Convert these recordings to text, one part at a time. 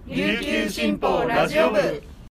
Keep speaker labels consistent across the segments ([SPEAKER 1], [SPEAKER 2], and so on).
[SPEAKER 1] 琉球新報ラジオ部。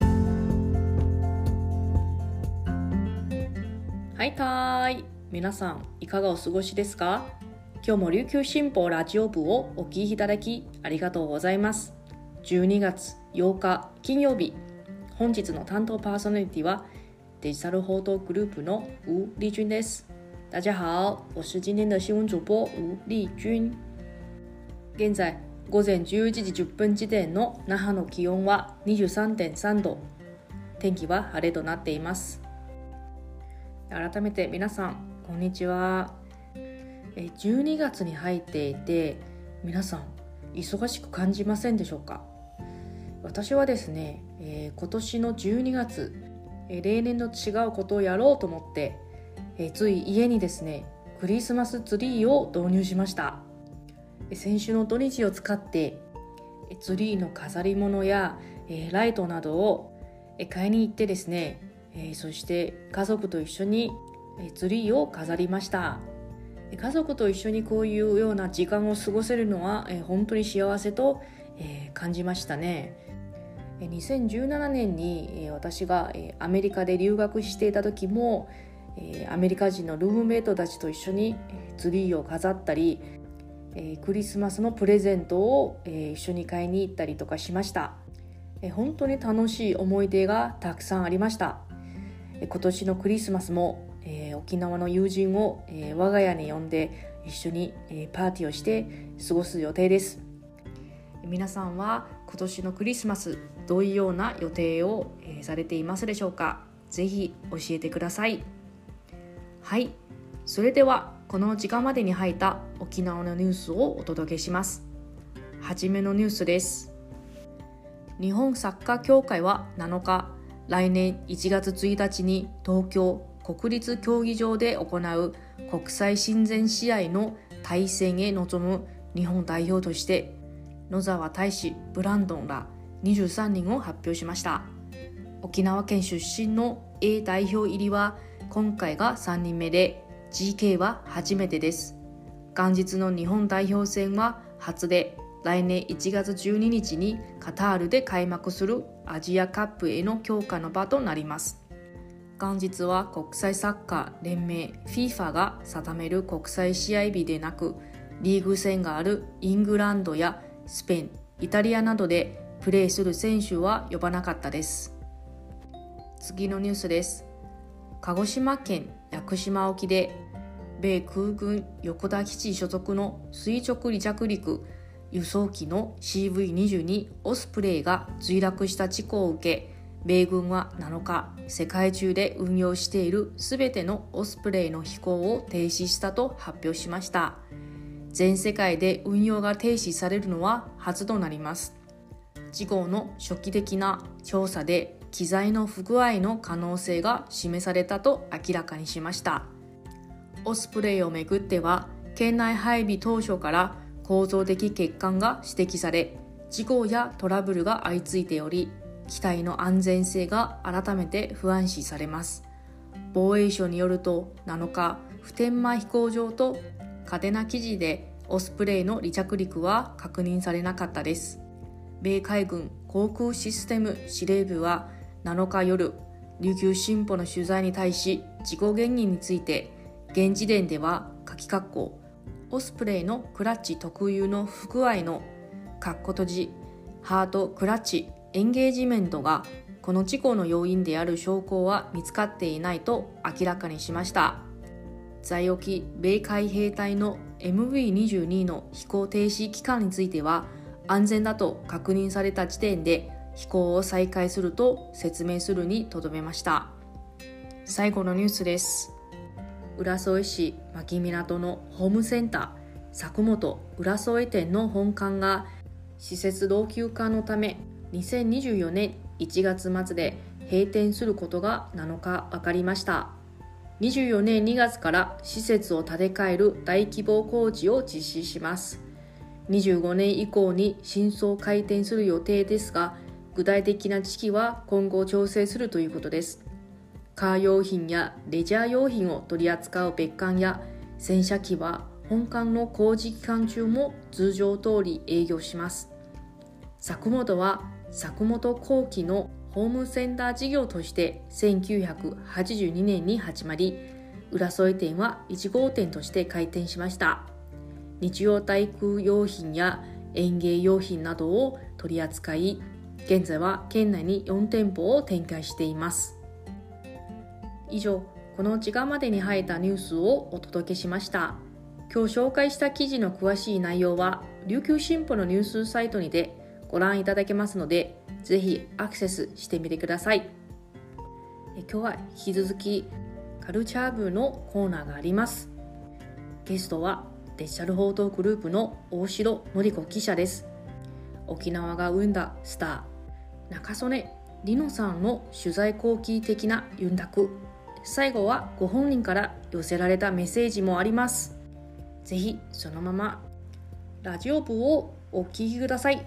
[SPEAKER 2] はいたーい、皆さんいかがお過ごしですか？今日も琉球新報ラジオ部をお聞きいただきありがとうございます。12月8日金曜日、本日の担当パーソナリティはデジタル報道グループの吴丽君です。大家好，我是今天的新闻主播吴丽君。現在午前11時10分時点の那覇の気温は 23.3 度、天気は晴れとなっています。改めて皆さんこんにちは。12月に入っていて、皆さん忙しく感じませんでしょうか？私はですね、今年の12月、例年と違うことをやろうと思って、つい家にですねクリスマスツリーを導入しました。先週の土日を使ってツリーの飾り物やライトなどを買いに行ってですね、そして家族と一緒にツリーを飾りました。家族と一緒にこういうような時間を過ごせるのは本当に幸せと感じましたね。2017年に私がアメリカで留学していた時もアメリカ人のルームメイトたちと一緒にツリーを飾ったり、クリスマスのプレゼントを一緒に買いに行ったりとかしました。本当に楽しい思い出がたくさんありました。今年のクリスマスも沖縄の友人を我が家に呼んで一緒にパーティーをして過ごす予定です。皆さんは今年のクリスマスどういうような予定をされていますでしょうか？ぜひ教えてください。はい、それではこの時間までに入った沖縄のニュースをお届けします。はじめのニュースです。日本サッカー協会は7日、来年1月1日に東京国立競技場で行う国際親善試合の対戦へ臨む日本代表として野沢大使、ブランドンら23人を発表しました。沖縄県出身の A 代表入りは今回が3人目で GK は初めてです。元日の日本代表戦は初で、来年1月12日にカタールで開幕するアジアカップへの強化の場となります。元日は国際サッカー連盟 FIFA が定める国際試合日でなく、リーグ戦があるイングランドやスペイン、イタリアなどでプレーする選手は呼ばなかったです。次のニュースです。鹿児島県屋久島沖で米空軍横田基地所属の垂直離着陸輸送機の CV-22 オスプレイが墜落した事故を受け、米軍は7日、世界中で運用しているすべてのオスプレイの飛行を停止したと発表しました。全世界で運用が停止されるのは初となります。事故の初期的な調査で機材の不具合の可能性が示されたと明らかにしました。オスプレイをめぐっては、県内配備当初から構造的欠陥が指摘され、事故やトラブルが相次いでおり、機体の安全性が改めて不安視されます。防衛省によると7日、普天間飛行場と嘉手納基地でオスプレイの離着陸は確認されなかったです。米海軍航空システム司令部は7日夜、琉球新報の取材に対し、事故原因について、現時点ではオスプレイのクラッチ特有の不具合のハートクラッチエンゲージメントがこの事故の要因である証拠は見つかっていないと明らかにしました。在沖米海兵隊の MV-22 の飛行停止期間については安全だと確認された時点で飛行を再開すると説明するにとどめました。最後のニュースです。浦添市牧港のホームセンター佐久本浦添店の本館が施設老朽化のため2024年1月末で閉店することが7日分かりました。24年2月から施設を建て替える大規模工事を実施します。25年以降に新装開店する予定ですが、具体的な時期は今後調整するということです。カー用品やレジャー用品を取り扱う別館や洗車機は本館の工事期間中も通常通り営業します。 作元は作元後期のホームセンター事業として1982年に始まり、浦添店は1号店として開店しました。日用体育用品や園芸用品などを取り扱い、現在は県内に4店舗を展開しています。以上、この時間までに入ったニュースをお届けしました。今日紹介した記事の詳しい内容は琉球新報のニュースサイトにてご覧いただけますので、ぜひアクセスしてみてください。今日は引き続きカルチャー部のコーナーがあります。ゲストはデジタル報道グループの大城典子記者です。沖縄が生んだスター中曽根里乃さんの取材後期的なユンタク、最後はご本人から寄せられたメッセージもあります。ぜひそのままラジオ部をお聞きください。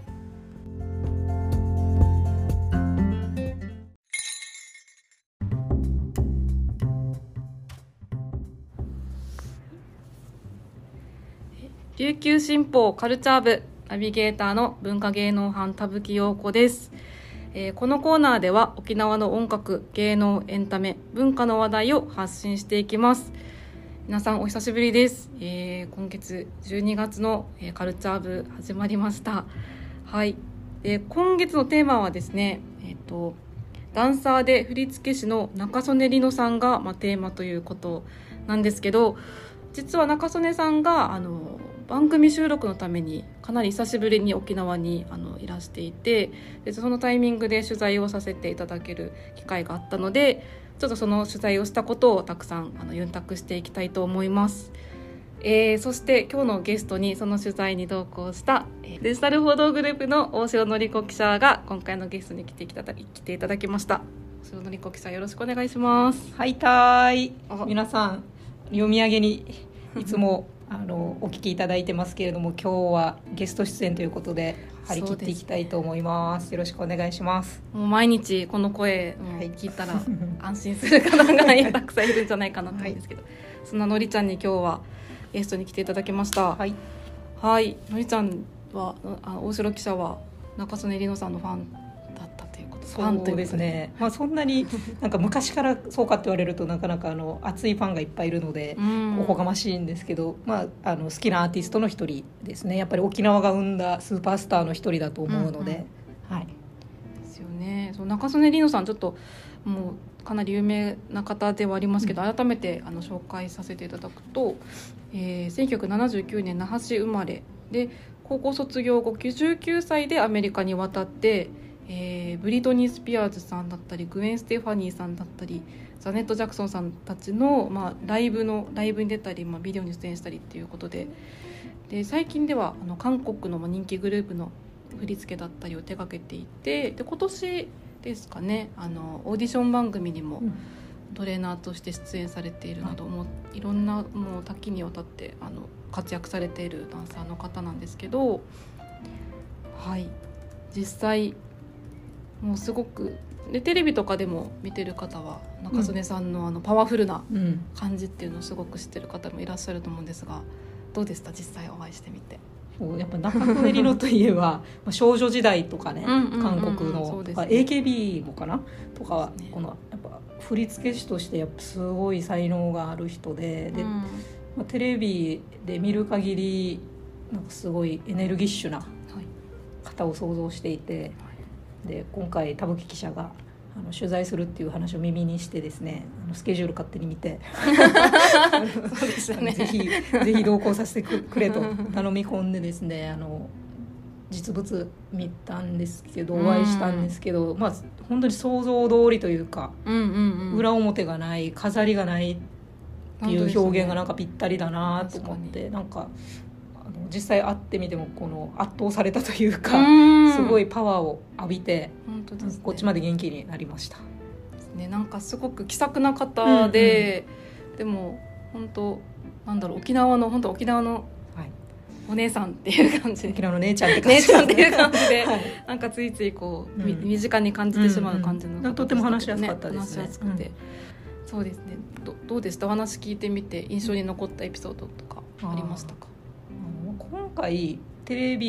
[SPEAKER 3] 琉球新報カルチャー部ナビゲーターの文化芸能班田吹陽子です。このコーナーでは沖縄の音楽、芸能、エンタメ、文化の話題を発信していきます。皆さんお久しぶりです。今月12月のカルチャー部始まりました。はい。今月のテーマはですね、ダンサーで振付師の中曽根里乃さんが、テーマということなんですけど、実は中曽根さんが番組収録のためにかなり久しぶりに沖縄にいらしていて、でそのタイミングで取材をさせていただける機会があったので、ちょっとその取材をしたことをたくさんユンタクしていきたいと思います。そして今日のゲストにその取材に同行したデジタル報道グループの大城典子記者が今回のゲストに来ていただきました。大城典子記者、よろしくお願いします。
[SPEAKER 4] はいたーい、皆さん読み上げにいつもお聞きいただいてますけれども、今日はゲスト出演ということで張り切っていきたいと思います。よろしくお願いします。
[SPEAKER 3] もう毎日この声聞いたら安心する方がたくさんいるんじゃないかなと思うんですけど、そんなのりちゃんに今日はゲストに来ていただきました。はい、はい、のりちゃんは大城記者は中曽根里乃さんのファンだったということ。
[SPEAKER 4] そうですね、そんなになんか昔からそうかって言われるとなかなか熱いファンがいっぱいいるのでおこがましいんですけど、好きなアーティストの一人ですね。やっぱり沖縄が生んだスーパースターの一人だと思うので、はい、
[SPEAKER 3] ですよね。そう、中曽根里乃さん、ちょっともうかなり有名な方ではありますけど、改めて紹介させていただくと、1979年那覇市生まれで、高校卒業後19歳でアメリカに渡って、ブリトニー・スピアーズさんだったりグエン・ステファニーさんだったりザネット・ジャクソンさんたちの、ライブに出たり、ビデオに出演したりっていうことで、最近では韓国の人気グループの振り付けだったりを手掛けていて、で今年ですかね、オーディション番組にもトレーナーとして出演されているなど、もういろんなもう多岐にわたって活躍されているダンサーの方なんですけど、はい、実際もうすごくでテレビとかでも見てる方は中曽根さんのパワフルな感じっていうのをすごく知ってる方もいらっしゃると思うんですが、どうでした実際お会いしてみて。
[SPEAKER 4] やっぱ中曽根里乃といえば少女時代とかね、韓国の、AKB もかなとか、このやっぱ振付師としてやっぱすごい才能がある人で、テレビで見る限りなんかすごいエネルギッシュな方を想像していて、で今回田吹記者が取材するっていう話を耳にしてですね、スケジュール勝手に見て
[SPEAKER 3] そうでしたね
[SPEAKER 4] ぜひ同行させてくれと頼み込んでですね、実物見たんですけど、お会いしたんですけど、本当に想像通りというか、裏表がない、飾りがないっていう表現がなんかぴったりだなと思って、なんか実際会ってみてもこの圧倒されたというか、すごいパワーを浴びて、
[SPEAKER 3] 本当ですね、
[SPEAKER 4] こっちまで元気になりました。
[SPEAKER 3] なんかすごく気さくな方で、でも本当なんだろう、沖縄のお姉さんっていう感じで、
[SPEAKER 4] 沖縄の姉ちゃんって
[SPEAKER 3] いう感じで、なんかついついこう、身近に感じてしまう感じの方でしたけどね、
[SPEAKER 4] とっても話しやすかったですね。
[SPEAKER 3] 話しやすくて、そうですね。どうでした？お話聞いてみて印象に残ったエピソードとかありましたか？
[SPEAKER 4] 今回テレビ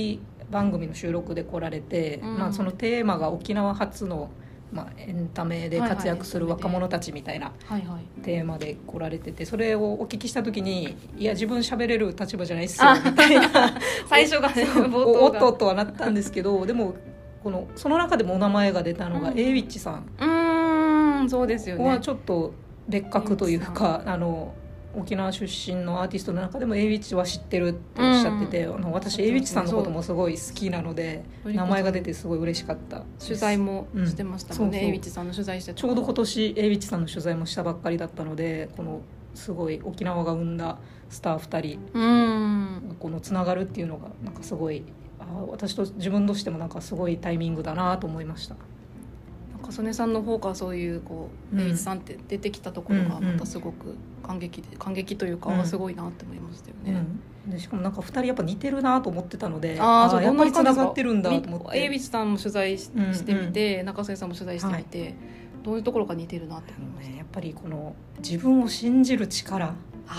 [SPEAKER 4] 番組の収録で来られて、そのテーマが沖縄発の、エンタメで活躍する若者たちみたいなテーマで来られてて、それをお聞きした時に、いや自分喋れる立場じゃないっすよみたいな
[SPEAKER 3] 最初がね冒頭が
[SPEAKER 4] おっととはなったんですけど、でもその中でもお名前が出たのが、A ウィッチさん、
[SPEAKER 3] そうですよね、
[SPEAKER 4] はちょっと別格というか、沖縄出身のアーティストの中でも A ウィッチは知ってるっておっしゃってて、私 A ウィッチさんのこともすごい好きなので、名前が出てすごい嬉しかったです。
[SPEAKER 3] 取材もしてましたもんね、A ウィッチさんの取材してた。
[SPEAKER 4] ちょうど今年 A ウィッチさんの取材もしたばっかりだったので、すごい沖縄が生んだスター2人がつながるっていうのがなんかすごい、私と自分としてもなんかすごいタイミングだなと思いました。
[SPEAKER 3] 中曽根さんの方からそういうA ウィッチさんって出てきたところがまたすごく感激というか、すごいなって思いましたよね。
[SPEAKER 4] でしかもなんか2人やっぱ似てるなと思ってたので、やっぱりつながってるんだと思って、
[SPEAKER 3] A ウィッチさんも取材してみて、中曽根さんも取材してみて、どういうところが似てるなって思いました。
[SPEAKER 4] やっぱり自分を信じる力、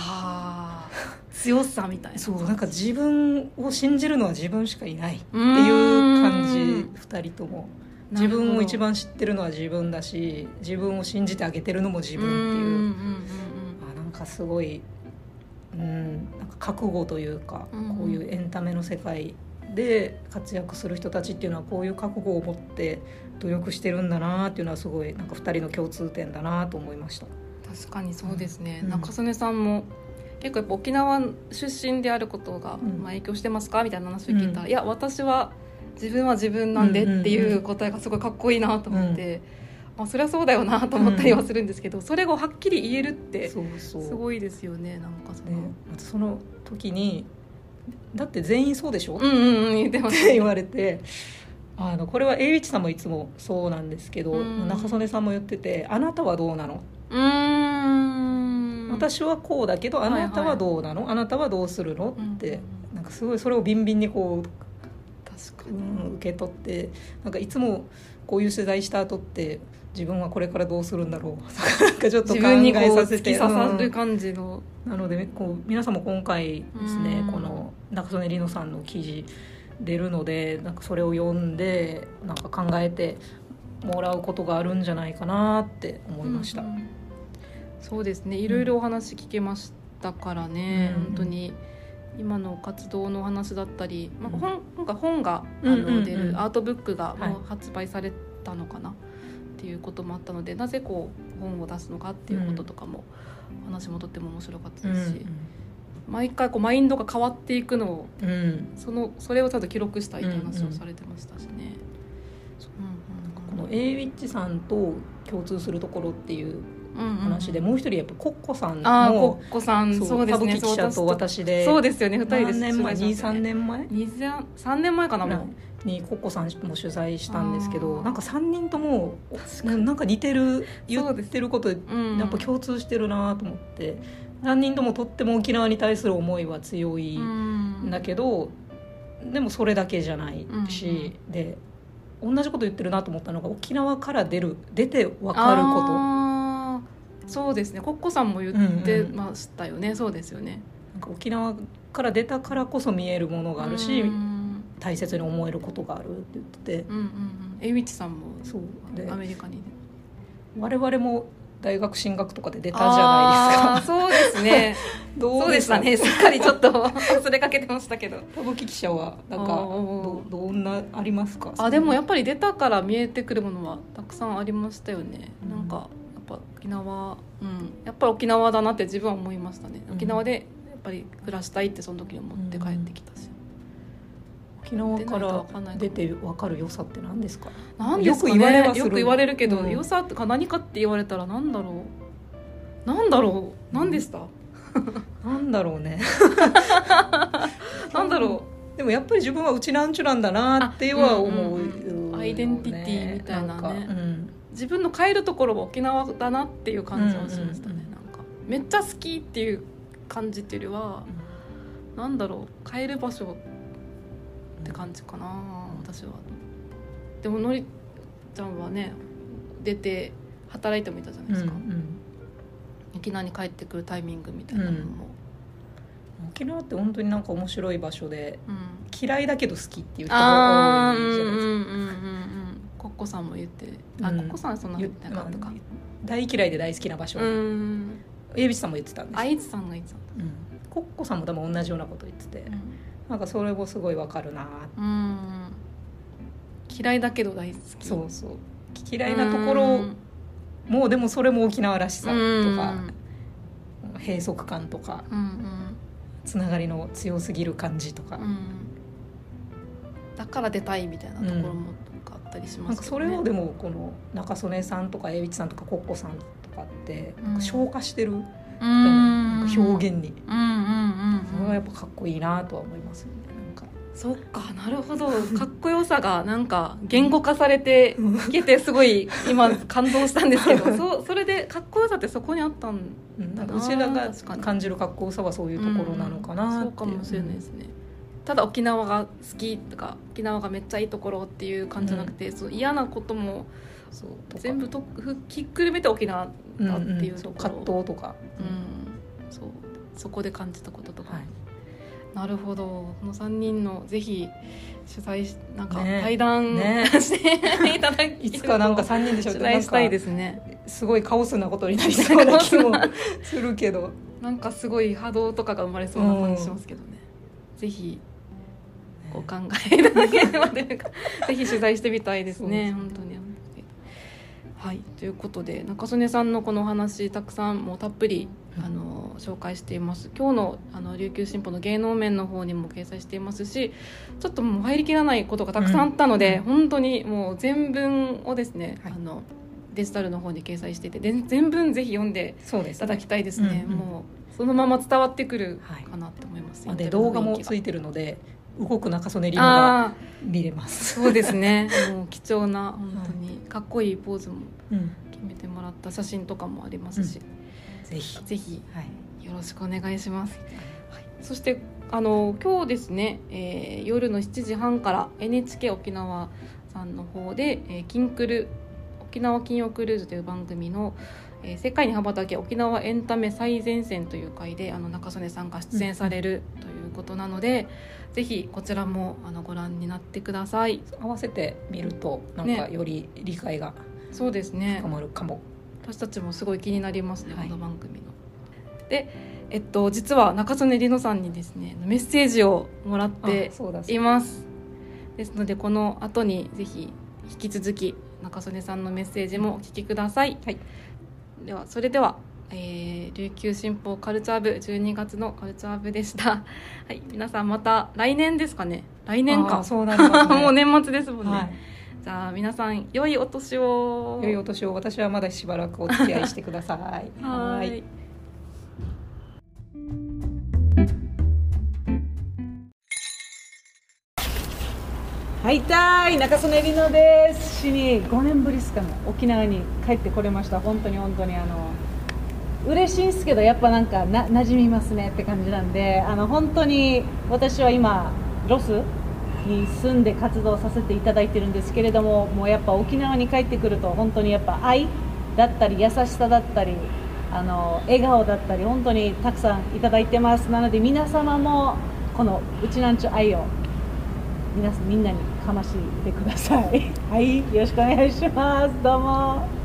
[SPEAKER 3] 強さみたいな。
[SPEAKER 4] そう、なんか自分を信じるのは自分しかいないっていう感じ。2人とも自分を一番知ってるのは自分だし、自分を信じてあげてるのも自分っていう、なんかすごい、なんか覚悟というか、こういうエンタメの世界で活躍する人たちっていうのはこういう覚悟を持って努力してるんだなっていうのはすごいなんか2人の共通点だなと思いました。
[SPEAKER 3] 確かにそうですね、中曽根さんも結構やっぱ沖縄出身であることが影響してますかみたいな話を聞いたら、いや私は自分は自分なんでっていう答えがすごいかっこいいなと思って、そりゃそうだよなと思ったりはするんですけど、それをはっきり言えるってすごいですよね。なんか
[SPEAKER 4] その時にだって全員そうでしょ、
[SPEAKER 3] 言ってましたね、
[SPEAKER 4] って言われて、これは A ウィッチさんもいつもそうなんですけど、中曽根さんも言ってて、あなたはどうなの、私はこうだけどあなたはどうなの、あなたはどうするのって、なんかすごいそれをビンビンに
[SPEAKER 3] 確かに
[SPEAKER 4] 受け取って、なんかいつもこういう取材した後って自分はこれからどうするんだろうなんかちょっと考えさせて、
[SPEAKER 3] 突き刺さる感じの、
[SPEAKER 4] なので皆さんも今回ですね、この中曽根里乃さんの記事出るので、なんかそれを読んでなんか考えてもらうことがあるんじゃないかなって思いました。
[SPEAKER 3] そうですね、いろいろお話聞けましたからね、本当に今の活動の話だったり、本が出るアートブックがもう発売されたのかなっていうこともあったので、なぜ本を出すのかっていうこととかも話もとっても面白かったですし、毎回マインドが変わっていくのを、それをちゃんと記録したいって話をされてましたしね。
[SPEAKER 4] この A ウィッチさんと共通するところっていう話で、もう一人やっぱコッコさんも、
[SPEAKER 3] コッコさん、そうですね、
[SPEAKER 4] 歌舞伎記者と私で、
[SPEAKER 3] そうですよね、2人で
[SPEAKER 4] 何年前、3年前
[SPEAKER 3] 3年前かな、も
[SPEAKER 4] うにコッコさんも取材したんですけど、なんか3人ともなんか似てる、言ってることやっぱ共通してるなと思って、3人ともとっても沖縄に対する思いは強いんだけど、でもそれだけじゃないし、で同じこと言ってるなと思ったのが、沖縄から出て分かること。
[SPEAKER 3] そうですね、コッコさんも言ってましたよね。そうですよね、
[SPEAKER 4] なんか沖縄から出たからこそ見えるものがあるし、大切に思えることがあるって言ってて、
[SPEAKER 3] A ウィッチさんも
[SPEAKER 4] そうで、
[SPEAKER 3] アメリカに
[SPEAKER 4] 我々も大学進学とかで出たじゃないですか。
[SPEAKER 3] そうですねそうでしたね、すっかりちょっと忘れかけてましたけど。
[SPEAKER 4] 歌舞伎記者はなんかどんなありますか？
[SPEAKER 3] でもやっぱり出たから見えてくるものはたくさんありましたよね。なんかやっぱ沖縄、やっぱり沖縄だなって自分は思いましたね。沖縄でやっぱり暮らしたいってその時に思って帰ってきたし、
[SPEAKER 4] 沖縄から出て分かる良さって何ですか？
[SPEAKER 3] 何ですかね、よく言われるけど、良さとか何かって言われたら何だろう何でした？
[SPEAKER 4] なんだろうね
[SPEAKER 3] なんだろ
[SPEAKER 4] う。でもやっぱり自分はうちなんちゅなんだなっては思う、
[SPEAKER 3] アイデンティティみたいなね、自分の変えるところは沖縄だなっていう感じはしましたね。なんかめっちゃ好きっていう感じっていうよりは、なんだろう、変える場所って感じかな、私は。でものりちゃんはね、出て働いてもいたじゃないですか、沖縄に帰ってくるタイミングみたいなのも、
[SPEAKER 4] 沖縄って本当になんか面白い場所で、 嫌いだけど好きっていう人が多いじゃないですか。
[SPEAKER 3] コッコさんも言ってる。コッコさんはそんな言ってなかったか。
[SPEAKER 4] 大嫌いで大好きな場所。江口さんも言ってたんです。
[SPEAKER 3] 江口さんが言ってたんだ。
[SPEAKER 4] コッコさんも多分同じようなこと言ってて、なんかそれもすごいわかるな。
[SPEAKER 3] 嫌いだけど大好き。
[SPEAKER 4] そうそう。嫌いなところもでもそれも沖縄らしさとか、閉塞感とか、つながりの強すぎる感じとか。
[SPEAKER 3] だから出たいみたいなところもあったりしますけどね。
[SPEAKER 4] なんかそれをでもこの中曽根さんとか江口さんとかコッコさんとかって消化してるなんか表現に、それはやっぱかっこいいなとは思いますよね。なんか
[SPEAKER 3] そっか、なるほど。かっこよさがなんか言語化されていけてすごい今感動したんですけどそれでかっこよさってそこにあったんだな。
[SPEAKER 4] うちらが感じるかっこよさはそういうところなのかなって。
[SPEAKER 3] そうかもしれないですね。ただ沖縄が好きとか沖縄がめっちゃいいところっていう感じじゃなくて、そう嫌なことも全部ひっくるめて沖縄だっていうところ、
[SPEAKER 4] 葛藤とか、
[SPEAKER 3] そこで感じたこととか、なるほど。この3人のぜひ取材なんか対談、していただき、
[SPEAKER 4] いつかなんか3人で
[SPEAKER 3] 取材したいですね。
[SPEAKER 4] すごいカオスなことになりそうな気もするけど
[SPEAKER 3] なんかすごい波動とかが生まれそうな感じしますけどね。ぜひお考えいただければというかぜひ取材してみたいですね。本当に。はい、ということで中曽根さんのこのお話たくさんもうたっぷり紹介しています。今日の琉球新報の芸能面の方にも掲載していますし、ちょっともう入りきらないことがたくさんあったので、本当にもう全文をですね、デジタルの方に掲載していて全文ぜひ読んでいただきたいですね。もうそのまま伝わってくるかなと思います。
[SPEAKER 4] で動画もついてるので動く中曽根里乃が見れます。
[SPEAKER 3] そうですね。もう貴重な本当にかっこいいポーズも決めてもらった写真とかもありますし、
[SPEAKER 4] ぜひ
[SPEAKER 3] よろしくお願いします。そして今日ですね、夜の7時半から NHK 沖縄さんの方で、沖縄金曜クルーズという番組の世界に羽ばたけ沖縄エンタメ最前線という回で中曽根さんが出演されるということなので、ぜひこちらもご覧になってください。
[SPEAKER 4] 合わせてみるとなんかより理解が
[SPEAKER 3] そうですね、
[SPEAKER 4] 深まるかも。
[SPEAKER 3] 私たちもすごい気になりますね、この番組の。で、実は中曽根里乃さんにですねメッセージをもらっています。ですのでこの後にぜひ引き続き中曽根さんのメッセージもお聞きください。それでは、琉球新報カルチャー部12月のカルチャー部でした。皆さんまた来年ですかね。来年か。
[SPEAKER 4] そうなりますね。
[SPEAKER 3] もう年末ですもんね。じゃあ皆さん良いお年を。
[SPEAKER 4] 良いお年を。私はまだしばらくお付き合いしてください。
[SPEAKER 3] はい。
[SPEAKER 5] はいたい、中曽根里乃です。死に5年ぶりですかね、沖縄に帰ってこれました。本当に嬉しいんですけど、やっぱなんか馴染みますねって感じなんで、本当に私は今ロスに住んで活動させていただいてるんですけれども、もうやっぱ沖縄に帰ってくると本当にやっぱ愛だったり優しさだったり笑顔だったり本当にたくさんいただいてます。なので皆様もこのうちなんちゅ愛をみんなにかましてください。はい、よろしくお願いします。どうも。